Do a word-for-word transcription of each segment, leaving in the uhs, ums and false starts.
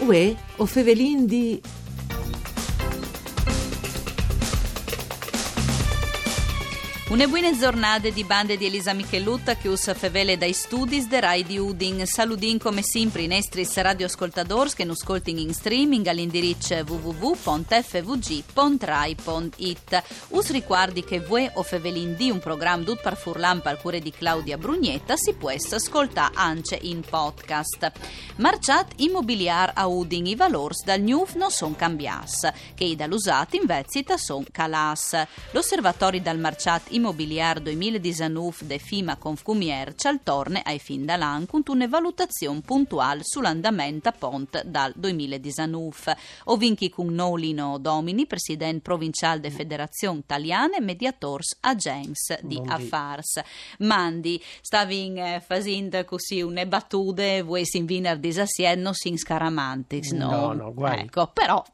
Uè, o fevelin di... Une buone giornate di bande di Elisa Michelutta che us fevele dai studi de Rai di Udin. Saludin come sempre i nostri radioascoltatori che nos ascoltin in streaming all'indirizzo w w w punto f v g punto rai punto i t. Us ricordi che voi o fevelin di un programma tut par furlampa al cure di Claudia Brugnetta si può ascoltare anche in podcast. Marciat immobiliar a Udin i valori dal Nuf non son cambias, che i dall'usati invece son calas. L'osservatorio dal Marciat Immobiliar duemiladiciannove de Fima Confcommercial torna ai fin dall'anno con una valutazione puntuale sull'andamento a pont dal duemiladiciannove. Ovinchi con Nolino Domini, presidente provinciale de Federazione Italiana e mediators agens di Mondi. affars. Mandi, stavi eh, facendo così une battute, voi si inviner disassied, non si scaramantis, no? No, no, guai. Ecco, però...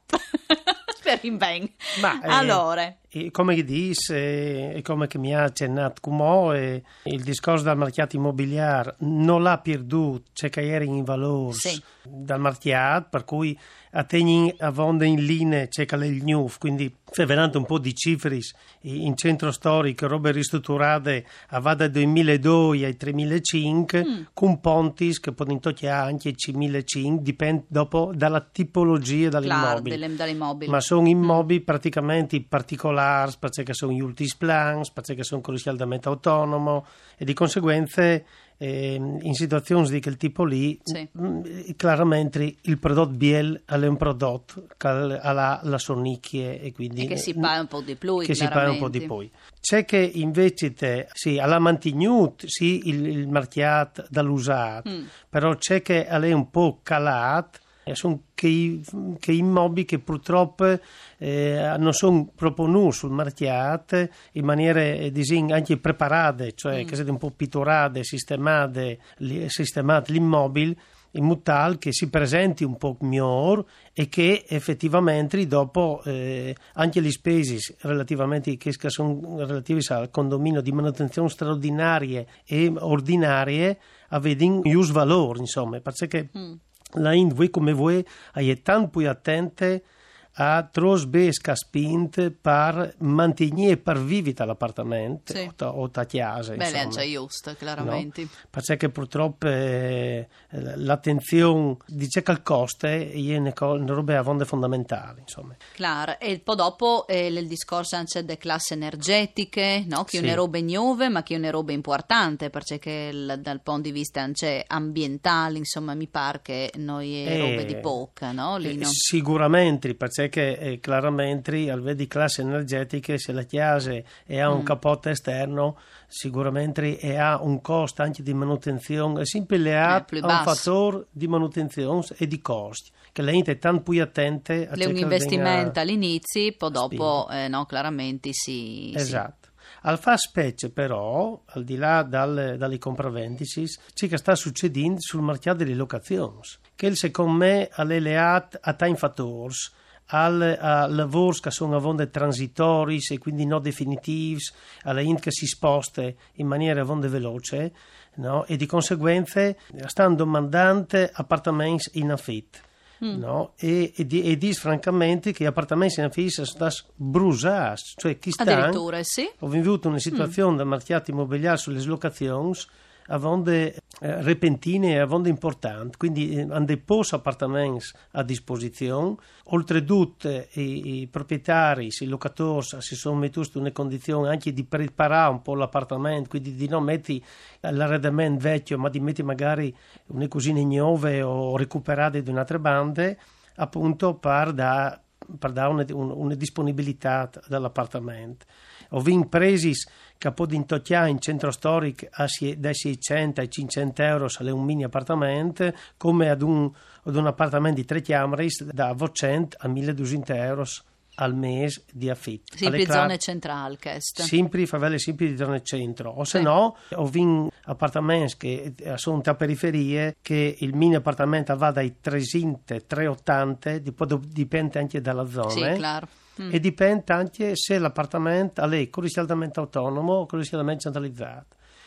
per in ben. Ma, eh, allora... E come dice, e come che mi ha accennato come eh, il discorso dal mercato immobiliare non l'ha perduto, c'è che era in valore sì. dal mercato, per cui a tegni a vonda in linea c'è che è il new, quindi veramente un po' di cifre in centro storico, robe ristrutturate a va dal duemiladue ai tremilacinque mm. con pontis che possono toccare anche cinquemilacinque, dipende dopo dalla tipologia dell'immobile. Claro, dell'immobile. Ma sono immobili mm. praticamente particolari, perché sono gli ultimi plans, perché sono con riscaldamento autonomo e di conseguenza eh, in situazioni di quel tipo lì sì. mh, chiaramente il prodotto B L è un prodotto che ha la, la sua nicchia e quindi e che si paga un po' di più, che si paga un po' di più. C'è che invece te, sì, alla mantenuto sì, il, il mercato dall'usato mm. però c'è che è un po' calato. Sono che, che immobili che purtroppo eh, non sono proponuti sul mercato in maniere disegn- anche preparate, cioè mm. che siete un po' pitturate, sistemate, li, sistemate l'immobile in modo tale che si presenti un po' migliore e che effettivamente dopo eh, anche le spese relativamente che sono relative al condominio di manutenzione straordinarie e ordinarie avvedono un valore, insomma, perché mm. la Ind, voi come voi, è tanto più attente a trosbesca spinte per mantenere per vivita l'appartamento sì. o, o la casa. Beh, è già giusto, chiaramente. No? Perché purtroppo eh, l'attenzione dice che il costo è una roba fondamentale, insomma. Claro, e poi dopo eh, il discorso anche delle classi energetiche, no? Che sì. È una roba nuova, ma che è una roba importante, perché il, dal punto di vista anche ambientale, insomma, mi pare che noi è roba di poca, no? Lì, no? Sicuramente, perché che eh, chiaramente al vedi classi energetiche se la chiesa e ha un mm. capotto esterno sicuramente e ha un costo anche di manutenzione e sempre le ha eh, un fattore di manutenzione e di costi che lei è tanto più attente a le un investimento all'inizio poi dopo eh, no chiaramente si esatto sì. Al fa specie però al di là dal, dalle compravendite c'è che sta succedendo sul mercato delle locazioni che secondo me è legato a time factors al a lavori che sono a vonde transitori e quindi non definitivi, alla int che si sposta in maniera a vonde veloce, no? E di conseguenza stanno domandando appartamenti in affitto. Mm. No? E, e, e dice francamente che gli appartamenti in affitto sono bruciati, cioè chi sta addirittura sì. Ho vissuto una situazione mm. del mercato immobiliare sulle locazioni a vonde eh, repentine e a vonde importanti, quindi eh, hanno deposto appartamenti a disposizione, oltretutto eh, i, i proprietari, i locatori si sono messi in una condizione anche di preparare un po' l'appartamento, quindi di non mettere l'arredamento vecchio, ma di mettere magari una cosine nuove o recuperate da un'altra banda, appunto per dare per dare una, una disponibilità dall'appartamento. Ho visto presi che può intocchiare in centro storico da seicento ai cinquecento euro se è un mini appartamento, come ad un, ad un appartamento di tre camere da duecento a milleduecento euro al mese di affitto. Sempre cla- zone centrali, questo. Sempre favelle sempre di zone centro. O se sì. no, ho visto appartamenti che sono a periferie che il mini appartamento va dai trecento ai trecentottanta, dipende anche dalla zona. Sì, claro. Mm. E dipende anche se l'appartamento ha lei con riscaldamento autonomo o con riscaldamento centralizzato.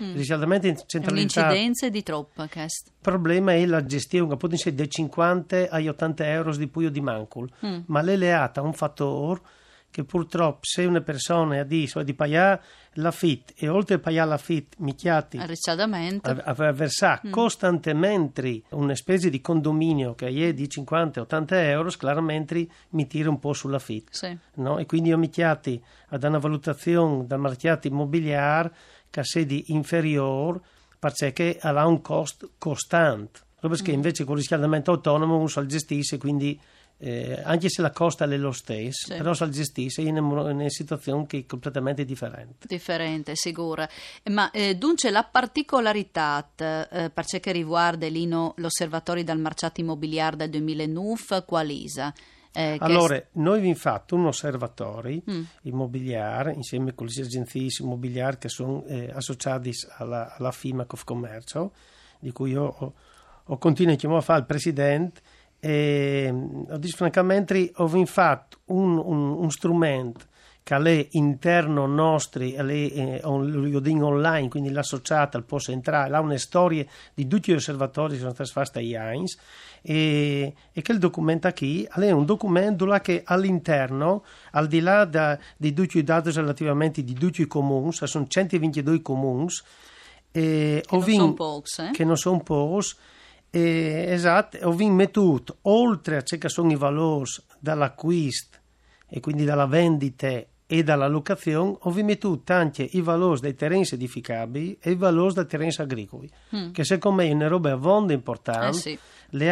mm. riscaldamento in centralità. Un'incidenza di troppa, questo. Il problema è la gestione, può essere dai cinquanta agli ottanta euro di puio di mancul, mm. ma l'è leata a un fattore che purtroppo se una persona ha di, di pagare l'affitto e oltre a pagare l'affitto michiati il riscaldamento a, a versare mm. costantemente una spesa di condominio che è di cinquanta ottanta euro, chiaramente mi tira un po' sull'affitto, sì. no? E quindi io michiati ad una valutazione dal mercato immobiliare che sia di inferiore perché ha un costo costante, perché mm. invece con il riscaldamento autonomo uno sa gestisce, quindi Eh, anche se la costa è lo stesso, sì. però se la gestisce in una situazione che è completamente differente. Differente, sicura. Ma eh, dunque la particolarità eh, per ciò che riguarda Lino, l'osservatorio dal mercato immobiliare del duemilanove, quali è? Eh, allora, è... noi abbiamo fatto un osservatorio mm. immobiliare insieme con le agenzie immobiliari che sono eh, associate alla, alla FIMA Confcommercio, di cui io ho, ho continuato a fare il presidente. E, francamente ho fatto un, un, un strumento che è interno nostro, è eh, online, quindi l'associata al posso entrare, ha una storia di tutti gli osservatori che sono stati fatti agli anni e, e che il documento qui è un documento che all'interno, al di là da, di tutti i dati relativamente di tutti i comuni, sono centoventidue comuni e che, non sono pochi, eh? che non sono pochi. Eh, esatto, ho mettuto oltre a ciò che sono i valori dall'acquisto e quindi dalla vendita e dalla locazione, ho mettuto anche i valori dei terreni edificabili e i valori dei terreni agricoli, mm. che secondo me è una roba molto importante, eh sì.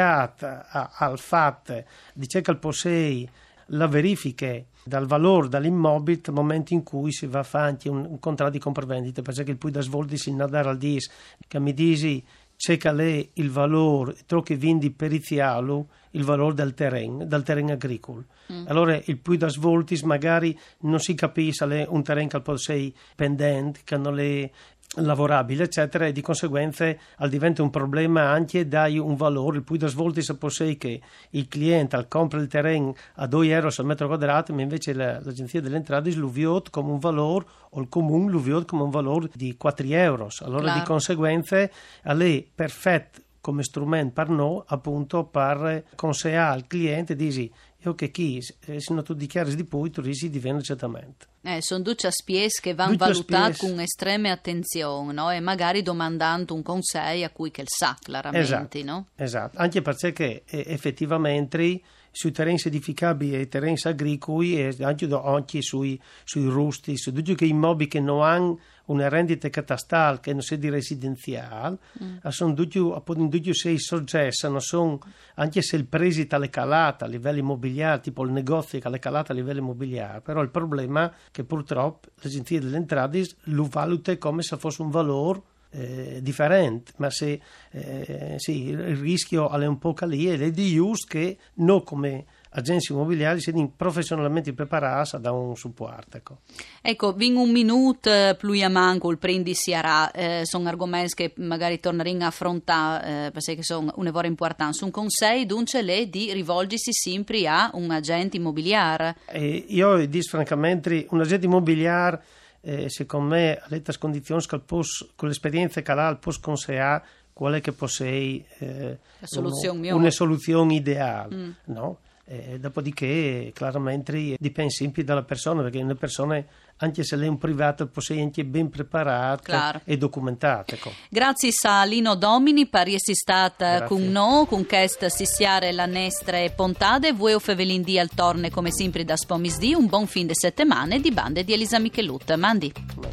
leata al fatto di ciò che possei la verifica dal valore dall'immobile nel momento in cui si va a fare anche un, un contratto di compravendita, perché poi da svolgersi in nadare al dis che mi dici c'è che è il valore, trovo che vindi perizialo, il valore del terreno, del terreno agricolo. Mm. Allora il più da svoltis magari non si capisce se è un terreno che può essere pendente, che non è lavorabile, eccetera, e di conseguenza diventa un problema anche dai un valore, il più da svoltis può essere che il cliente compra il terreno a due euro al metro quadrato, ma invece la, l'agenzia delle entrate lo viot come un valore, o il comune lo viot come un valore di quattro euro. Allora claro. Di conseguenza è perfetto come strumento per noi, appunto, per consigliare al cliente, dici io che chi, se non tu dichiari di poi, tu risi di vendere certamente. Eh, sono due spies che vanno valutati con estrema attenzione, no? E magari domandando un consiglio a cui che il sa, chiaramente, esatto, no? Esatto, anche perché eh, effettivamente sui terreni edificabili e i terreni agricoli e anche, anche sui, sui rusti, su tutti quei immobili che non hanno una rendita catastale, che non sia di residenziale, mm. sono tutti, tutti sei soggetti, non sono, anche se il prestito è calato a livello immobiliare, tipo il negozio che è calato a livello immobiliare, però il problema è che purtroppo l'agenzia delle entrate lo valuta come se fosse un valore Eh, differente, ma se eh, sì, il rischio è un po' lì ed è di giusto che noi come agenzie immobiliari siamo professionalmente preparati da un supporto. Ecco, ecco in un minuto più a manco il prendi si arà, eh, sono argomenti che magari torneremo a affrontare eh, perché sono un lavoro importante. Un consiglio dunque è di rivolgersi sempre a un agente immobiliare. Eh, io dico francamente un agente immobiliare Eh, secondo me a queste condizioni con l'esperienza che ha può consigliare qual è che possei eh, la soluzione uno, una soluzione ideale, mm. no? Eh, dopodiché chiaramente dipende sempre dalla persona, perché una persona anche se lei è un privato possei anche ben preparata claro. E documentata. Ecco. Grazie a Lino Domini per essere stata con noi, con questa sissiare la nostra puntata. Voi o Fevelin di al torne come sempre da Spomisdi, un buon fin de settimane di bande di Elisa Michelutta. Mandi.